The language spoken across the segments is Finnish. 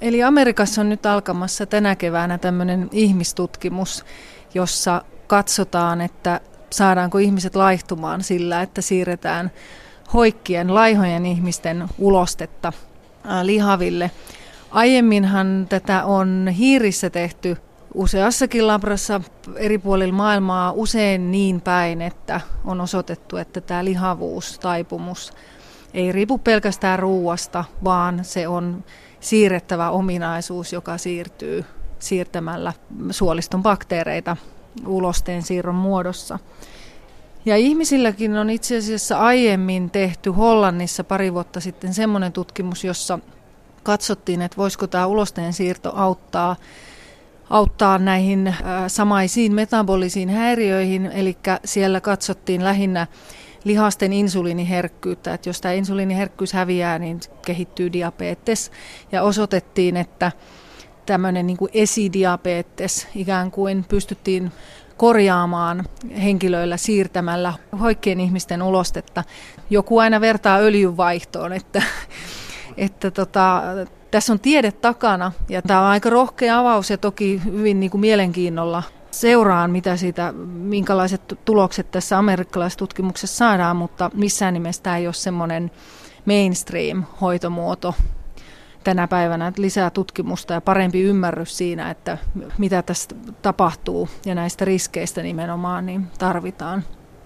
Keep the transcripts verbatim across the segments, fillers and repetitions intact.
Eli Amerikassa on nyt alkamassa tänä keväänä tämmöinen ihmistutkimus, jossa katsotaan, että saadaanko ihmiset laihtumaan sillä, että siirretään hoikkien, laihojen ihmisten ulostetta lihaville. Aiemminhan tätä on hiirissä tehty useassakin labrassa eri puolilla maailmaa usein niin päin, että on osoitettu, että tämä lihavuus, taipumus ei riipu pelkästään ruuasta, vaan se on siirrettävä ominaisuus, joka siirtyy siirtämällä suoliston bakteereita ulosteen siirron muodossa. Ja ihmisilläkin on itse asiassa aiemmin tehty Hollannissa pari vuotta sitten semmoinen tutkimus, jossa katsottiin, että voisiko tämä ulosteen siirto auttaa, auttaa näihin äh, samaisiin metabolisiin häiriöihin, eli siellä katsottiin lähinnä lihasten insuliiniherkkyyttä, että jos tämä insuliiniherkkyys häviää, niin kehittyy diabetes, ja osoitettiin, että tämmöinen niin kuin esidiabetes ikään kuin pystyttiin korjaamaan henkilöillä siirtämällä hoikkien ihmisten ulostetta. Joku aina vertaa öljynvaihtoon, että, että tota, tässä on tiede takana, ja tämä on aika rohkea avaus, ja toki hyvin niin kuin mielenkiinnolla seuraan, mitä siitä, minkälaiset tulokset tässä amerikkalaisessa tutkimuksessa saadaan, mutta missään nimessä tämä ei ole semmoinen mainstream-hoitomuoto tänä päivänä. Lisää tutkimusta ja parempi ymmärrys siinä, että mitä tässä tapahtuu ja näistä riskeistä nimenomaan niin tarvitaan.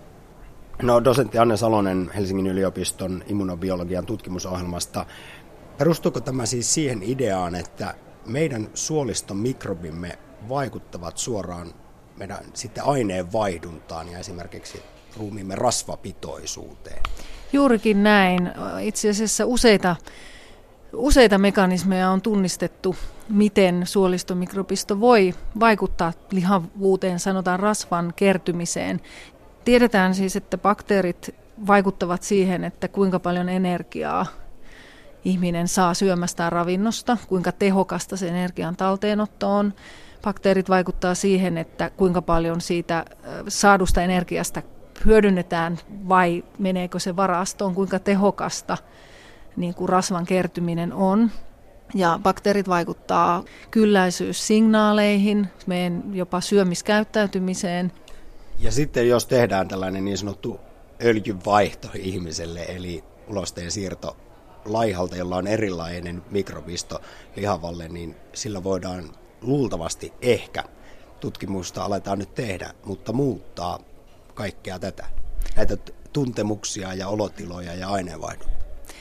No, dosentti Anne Salonen Helsingin yliopiston immunobiologian tutkimusohjelmasta. Perustuuko tämä siis siihen ideaan, että meidän suoliston mikrobimme vaikuttavat suoraan meidän sitten aineenvaihduntaan ja esimerkiksi ruumiimme rasvapitoisuuteen? Juurikin näin. Itse asiassa useita, useita mekanismeja on tunnistettu, miten suolistomikrobisto voi vaikuttaa lihavuuteen, sanotaan rasvan kertymiseen. Tiedetään siis, että bakteerit vaikuttavat siihen, että kuinka paljon energiaa ihminen saa syömästään ravinnosta, kuinka tehokasta se energian talteenotto on. Bakteerit vaikuttaa siihen, että kuinka paljon siitä saadusta energiasta hyödynnetään vai meneekö se varastoon, kuinka tehokasta niin kuin rasvan kertyminen on. Ja bakteerit vaikuttaa kylläisyyssignaaleihin, meidän jopa syömiskäyttäytymiseen. Ja sitten jos tehdään tällainen niin sanottu öljyvaihto ihmiselle, eli ulosteen siirto laihalta, jolla on erilainen mikrobisto lihavalle, niin sillä voidaan luultavasti ehkä, tutkimusta aletaan nyt tehdä, mutta muuttaa kaikkea tätä, näitä tuntemuksia ja olotiloja ja aineenvaihduntaa.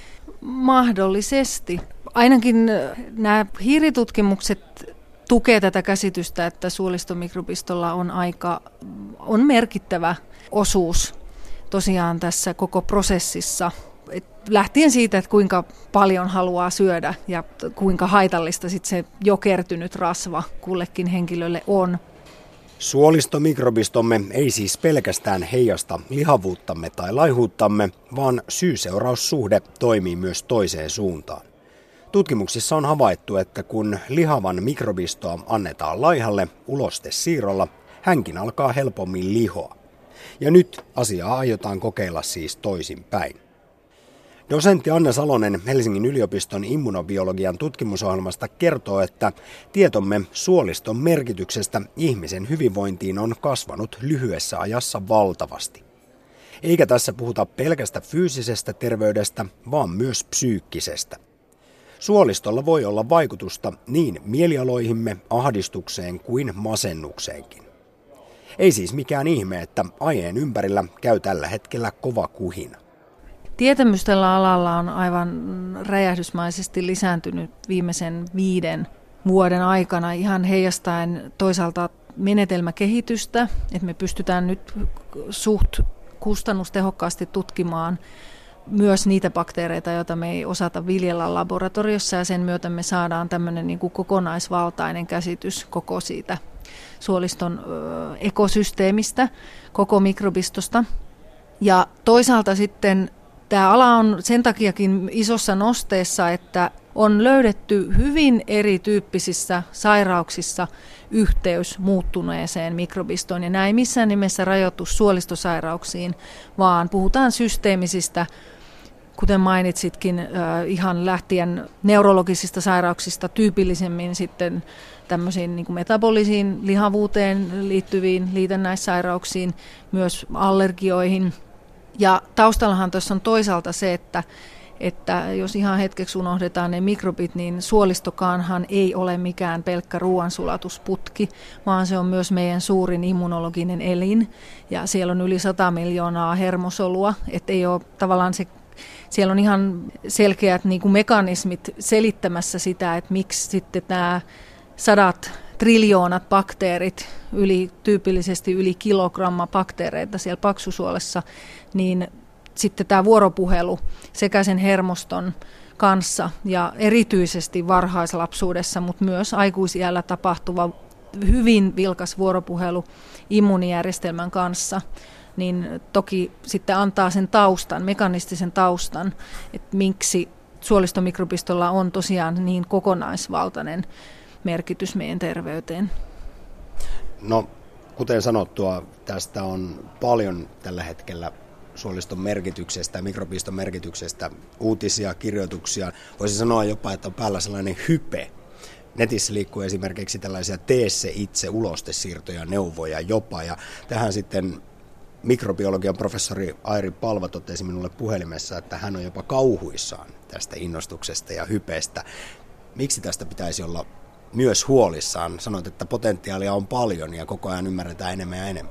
Mahdollisesti. Ainakin nämä hiiritutkimukset tukee tätä käsitystä, että suolistomikrobistolla on aika on merkittävä osuus tosiaan tässä koko prosessissa. Et lähtien siitä, että kuinka paljon haluaa syödä ja kuinka haitallista sit se jo kertynyt rasva kullekin henkilölle on. Suolistomikrobistomme ei siis pelkästään heijasta lihavuuttamme tai laihuuttamme, vaan syy-seuraussuhde toimii myös toiseen suuntaan. Tutkimuksissa on havaittu, että kun lihavan mikrobistoa annetaan laihalle ulostesiirrolla, hänkin alkaa helpommin lihoa. Ja nyt asiaa aiotaan kokeilla siis toisinpäin. Dosentti Anne Salonen Helsingin yliopiston immunobiologian tutkimusohjelmasta kertoo, että tietomme suoliston merkityksestä ihmisen hyvinvointiin on kasvanut lyhyessä ajassa valtavasti. Eikä tässä puhuta pelkästä fyysisestä terveydestä, vaan myös psyykkisestä. Suolistolla voi olla vaikutusta niin mielialoihimme, ahdistukseen kuin masennukseenkin. Ei siis mikään ihme, että aiheen ympärillä käy tällä hetkellä kova kuhina. Tietämys tällä alalla on aivan räjähdysmaisesti lisääntynyt viimeisen viiden vuoden aikana ihan heijastaen toisaalta menetelmäkehitystä, että me pystytään nyt suht kustannustehokkaasti tutkimaan myös niitä bakteereita, joita me ei osata viljellä laboratoriossa, ja sen myötä me saadaan tämmöinen niin kuin kokonaisvaltainen käsitys koko siitä suoliston ekosysteemistä, koko mikrobistosta. Ja toisaalta sitten tämä ala on sen takiakin isossa nosteessa, että on löydetty hyvin erityyppisissä sairauksissa yhteys muuttuneeseen mikrobistoon. Ja nämä ei missään nimessä rajoitu suolistosairauksiin, vaan puhutaan systeemisistä kuten mainitsitkin, ihan lähtien neurologisista sairauksista tyypillisemmin sitten tämmöisiin niin kuin metabolisiin lihavuuteen liittyviin liitännäissairauksiin, myös allergioihin. Ja taustallahan tuossa on toisaalta se, että, että jos ihan hetkeksi unohdetaan ne mikrobit, niin suolistokaanhan ei ole mikään pelkkä ruoansulatusputki, vaan se on myös meidän suurin immunologinen elin. Ja siellä on yli sata miljoonaa hermosolua, että ei ole tavallaan se. Siellä on ihan selkeät niin kuin mekanismit selittämässä sitä, että miksi sitten nämä sadat triljoonat bakteerit, yli, tyypillisesti yli kilogramma bakteereita siellä paksusuolessa, niin sitten tämä vuoropuhelu sekä sen hermoston kanssa ja erityisesti varhaislapsuudessa, mutta myös aikuisiällä tapahtuva hyvin vilkas vuoropuhelu immuunijärjestelmän kanssa, niin toki sitten antaa sen taustan, mekanistisen taustan, että miksi suolistomikrobistolla on tosiaan niin kokonaisvaltainen merkitys meidän terveyteen. No, kuten sanottua, tästä on paljon tällä hetkellä suoliston merkityksestä ja mikrobiston merkityksestä uutisia, kirjoituksia. Voisi sanoa jopa, että on päällä sellainen hype. Netissä liikkuu esimerkiksi tällaisia tee se itse ulostesiirtoja, neuvoja jopa, ja tähän sitten mikrobiologian professori Airi Palva totesi minulle puhelimessa, että hän on jopa kauhuissaan tästä innostuksesta ja hypeestä. Miksi tästä pitäisi olla myös huolissaan? Sanoit, että potentiaalia on paljon ja koko ajan ymmärretään enemmän ja enemmän.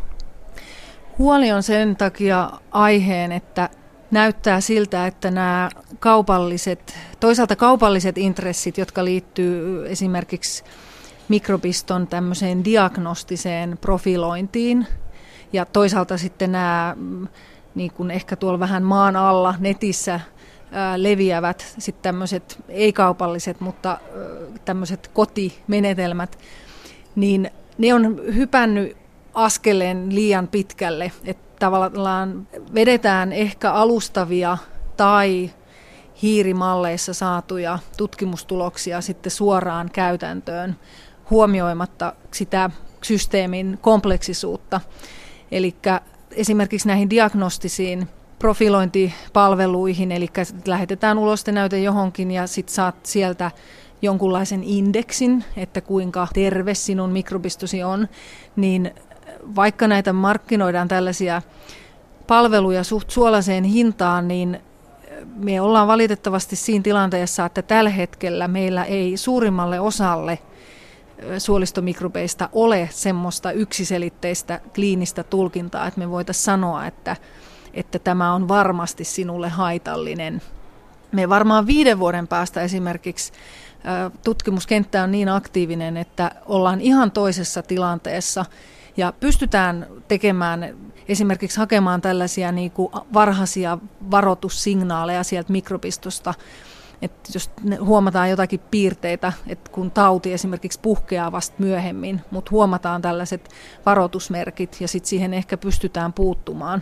Huoli on sen takia aiheen, että näyttää siltä, että nämä kaupalliset, toisaalta kaupalliset intressit, jotka liittyy esimerkiksi mikrobiston tämmöiseen diagnostiseen profilointiin, ja toisaalta sitten nämä niin kuin ehkä tuolla vähän maan alla netissä ää, leviävät sitten tämmöiset ei-kaupalliset, mutta ää, tämmöiset kotimenetelmät, niin ne on hypännyt askeleen liian pitkälle, että tavallaan vedetään ehkä alustavia tai hiirimalleissa saatuja tutkimustuloksia sitten suoraan käytäntöön huomioimatta sitä systeemin kompleksisuutta. Eli esimerkiksi näihin diagnostisiin profilointipalveluihin, eli lähetetään ulostenäyte johonkin ja sitten saat sieltä jonkunlaisen indeksin, että kuinka terve sinun mikrobistosi on, niin vaikka näitä markkinoidaan tällaisia palveluja suht suolaseen hintaan, niin me ollaan valitettavasti siinä tilanteessa, että tällä hetkellä meillä ei suurimmalle osalle suolistomikrobeista ole semmoista yksiselitteistä kliinistä tulkintaa, että me voitaisiin sanoa, että, että tämä on varmasti sinulle haitallinen. Me varmaan viiden vuoden päästä esimerkiksi tutkimuskenttä on niin aktiivinen, että ollaan ihan toisessa tilanteessa ja pystytään tekemään, esimerkiksi hakemaan tällaisia niin kuin varhaisia varoitussignaaleja sieltä mikrobistosta, että jos huomataan jotakin piirteitä, että kun tauti esimerkiksi puhkeaa vasta myöhemmin, mutta huomataan tällaiset varoitusmerkit ja sitten siihen ehkä pystytään puuttumaan.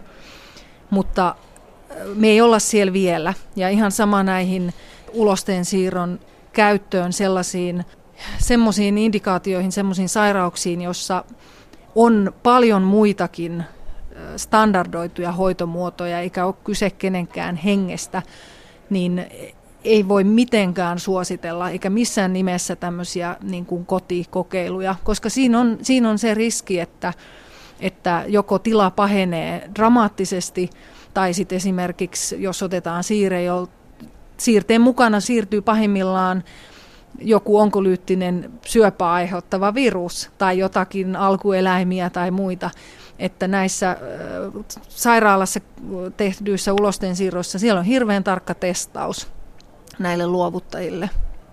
Mutta me ei olla siellä vielä ja ihan sama näihin ulosteen siirron käyttöön sellaisiin semmoisiin indikaatioihin, semmoisiin sairauksiin, jossa on paljon muitakin standardoituja hoitomuotoja, eikä ole kyse kenenkään hengestä, niin ei voi mitenkään suositella, eikä missään nimessä tämmöisiä niin kuin kotikokeiluja, koska siinä on, siinä on se riski, että, että joko tila pahenee dramaattisesti, tai sitten esimerkiksi, jos otetaan siirre, jo siirteen mukana siirtyy pahimmillaan joku onkolyyttinen syöpää aiheuttava virus tai jotakin alkueläimiä tai muita, että näissä sairaalassa tehdyissä ulostensiirroissa siellä on hirveän tarkka testaus näille luovuttajille.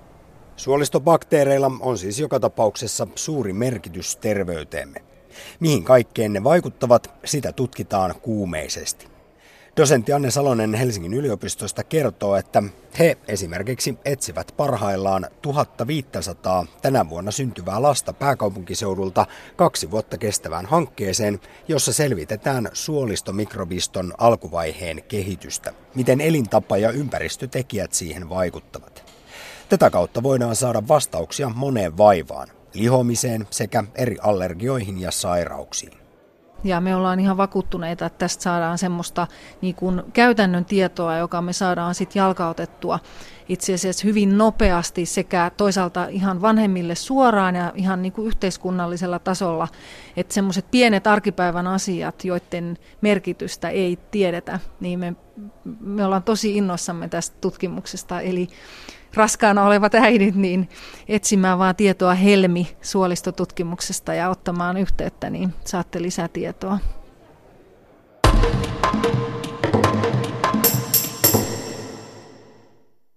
Suolistobakteereilla on siis joka tapauksessa suuri merkitys terveyteemme. Mihin kaikkeen ne vaikuttavat, sitä tutkitaan kuumeisesti. Dosentti Anne Salonen Helsingin yliopistosta kertoo, että he esimerkiksi etsivät parhaillaan tuhatviisisataa tänä vuonna syntyvää lasta pääkaupunkiseudulta kaksi vuotta kestävään hankkeeseen, jossa selvitetään suolistomikrobiston alkuvaiheen kehitystä, miten elintapa ja ympäristötekijät siihen vaikuttavat. Tätä kautta voidaan saada vastauksia moneen vaivaan, lihomiseen sekä eri allergioihin ja sairauksiin. Ja me ollaan ihan vakuuttuneita, että tästä saadaan semmoista niin kuin käytännön tietoa, joka me saadaan sitten jalkautettua itse asiassa hyvin nopeasti sekä toisaalta ihan vanhemmille suoraan ja ihan niin kuin yhteiskunnallisella tasolla, että semmoiset pienet arkipäivän asiat, joiden merkitystä ei tiedetä, niin me, me ollaan tosi innoissamme tästä tutkimuksesta. Eli raskaana olevat äidit, niin etsimään vaan tietoa Helmi-suolistotutkimuksesta ja ottamaan yhteyttä, niin saatte lisätietoa.